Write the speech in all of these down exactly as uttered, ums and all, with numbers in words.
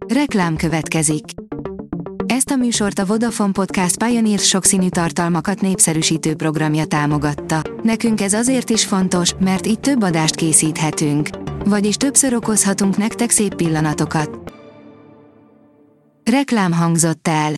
Reklám következik. Ezt a műsort a Vodafone Podcast Pioneer sokszínű tartalmakat népszerűsítő programja támogatta. Nekünk ez azért is fontos, mert így több adást készíthetünk. Vagyis többször okozhatunk nektek szép pillanatokat. Reklám hangzott el.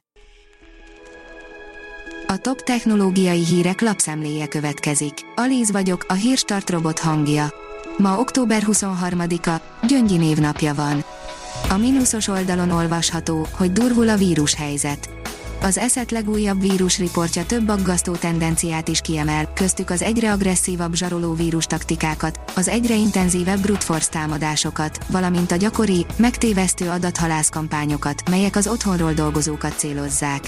A top technológiai hírek lapszemléje következik. Alíz vagyok, a Hírstart robot hangja. Ma október huszonharmadika, Gyöngyi névnapja van. A mínuszos oldalon olvasható, hogy durvul a vírushelyzet. Az eszet legújabb vírusriportja több aggasztó tendenciát is kiemel, köztük az egyre agresszívabb zsaroló vírus taktikákat, az egyre intenzívebb brute force támadásokat, valamint a gyakori, megtévesztő adathalászkampányokat, melyek az otthonról dolgozókat célozzák.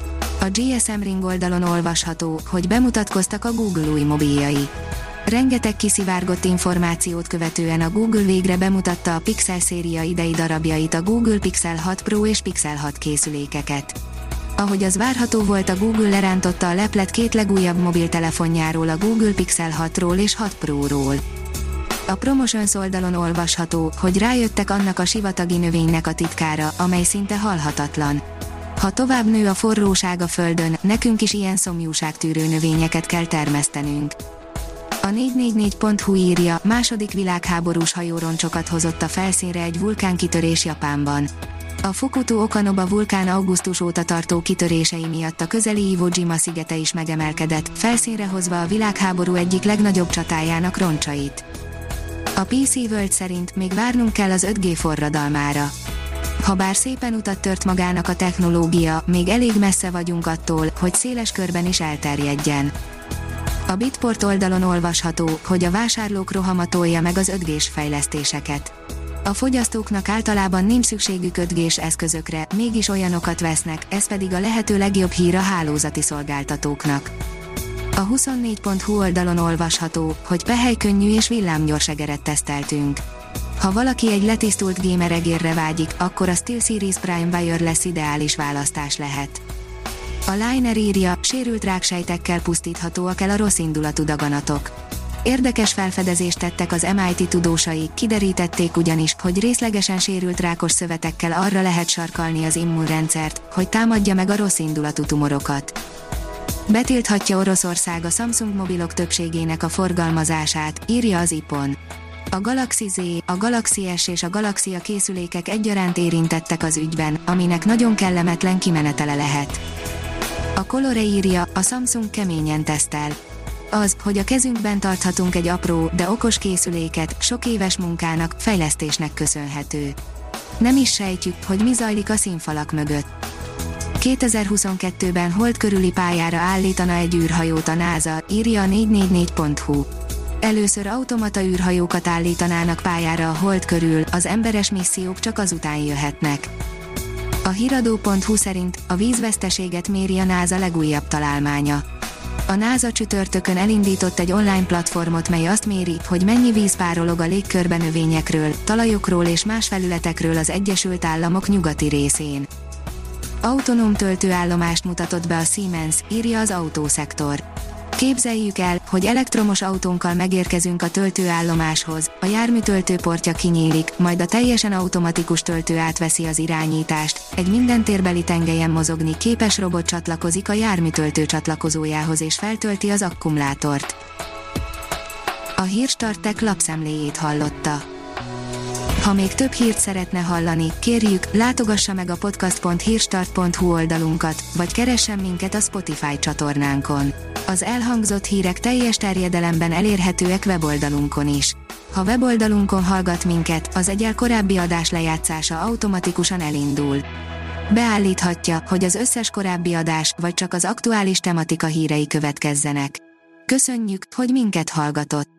A gé es em Ring oldalon olvasható, hogy bemutatkoztak a Google új mobiljai. Rengeteg kiszivárgott információt követően a Google végre bemutatta a Pixel széria idei darabjait, a Google Pixel hat Pro és Pixel hat készülékeket. Ahogy az várható volt, a Google lerántotta a leplet két legújabb mobiltelefonjáról, a Google Pixel hatról és hat Pro-ról. A Promotions oldalon olvasható, hogy rájöttek annak a sivatagi növénynek a titkára, amely szinte halhatatlan. Ha tovább nő a forróság a Földön, nekünk is ilyen szomjúságtűrő növényeket kell termesztenünk. A négy négy négy pont hu írja, második világháborús hajóroncsokat hozott a felszínre egy vulkánkitörés Japánban. A Fukuto Okanoba vulkán augusztus óta tartó kitörései miatt a közeli Iwo Jima szigete is megemelkedett, felszínre hozva a világháború egyik legnagyobb csatájának roncsait. A pé cé World szerint még várnunk kell az öt G forradalmára. Habár szépen utat tört magának a technológia, még elég messze vagyunk attól, hogy széles körben is elterjedjen. A Bitport oldalon olvasható, hogy a vásárlók rohama tolja meg az öt G-s fejlesztéseket. A fogyasztóknak általában nincs szükségük öt G-s eszközökre, mégis olyanokat vesznek, ez pedig a lehető legjobb hír a hálózati szolgáltatóknak. A huszonnégy pont hu oldalon olvasható, hogy pehelykönnyű és villámgyors egeret teszteltünk. Ha valaki egy letisztult gamer egérre vágyik, akkor a SteelSeries Prime Wireless ideális választás lehet. A Liner írja, sérült ráksejtekkel pusztíthatóak el a rosszindulatú daganatok. Érdekes felfedezést tettek az em i té tudósai, kiderítették ugyanis, hogy részlegesen sérült rákos szövetekkel arra lehet sarkalni az immunrendszert, hogy támadja meg a rosszindulatú tumorokat. Betilthatja Oroszország a Samsung mobilok többségének a forgalmazását, írja az i pé o en. A Galaxy Z, a Galaxy S és a Galaxy A készülékek egyaránt érintettek az ügyben, aminek nagyon kellemetlen kimenetele lehet. A Colore írja, a Samsung keményen tesztel. Az, hogy a kezünkben tarthatunk egy apró, de okos készüléket, sok éves munkának, fejlesztésnek köszönhető. Nem is sejtjük, hogy mi zajlik a színfalak mögött. kétezer-huszonkettőben hold körüli pályára állítana egy űrhajót a NASA, írja a négy négy négy pont hu. Először automata űrhajókat állítanának pályára a hold körül, az emberes missziók csak azután jöhetnek. A híradó pont hu szerint a vízveszteséget méri a NASA legújabb találmánya. A NASA csütörtökön elindított egy online platformot, mely azt méri, hogy mennyi víz párolog a légkörben növényekről, talajokról és más felületekről az Egyesült Államok nyugati részén. Autonóm töltőállomást mutatott be a Siemens, írja az autószektor. Képzeljük el, hogy elektromos autónkkal megérkezünk a töltőállomáshoz, a jármű töltőportja kinyílik, majd a teljesen automatikus töltő átveszi az irányítást, egy minden térbeli tengelyen mozogni képes robot csatlakozik a jármű töltő csatlakozójához és feltölti az akkumulátort. A Hírstart Tech lapszemléjét hallotta. Ha még több hírt szeretne hallani, kérjük, látogassa meg a podcast pont hírstart pont hu oldalunkat, vagy keressen minket a Spotify csatornánkon. Az elhangzott hírek teljes terjedelemben elérhetőek weboldalunkon is. Ha weboldalunkon hallgat minket, az egyel korábbi adás lejátszása automatikusan elindul. Beállíthatja, hogy az összes korábbi adás, vagy csak az aktuális tematika hírei következzenek. Köszönjük, hogy minket hallgatott!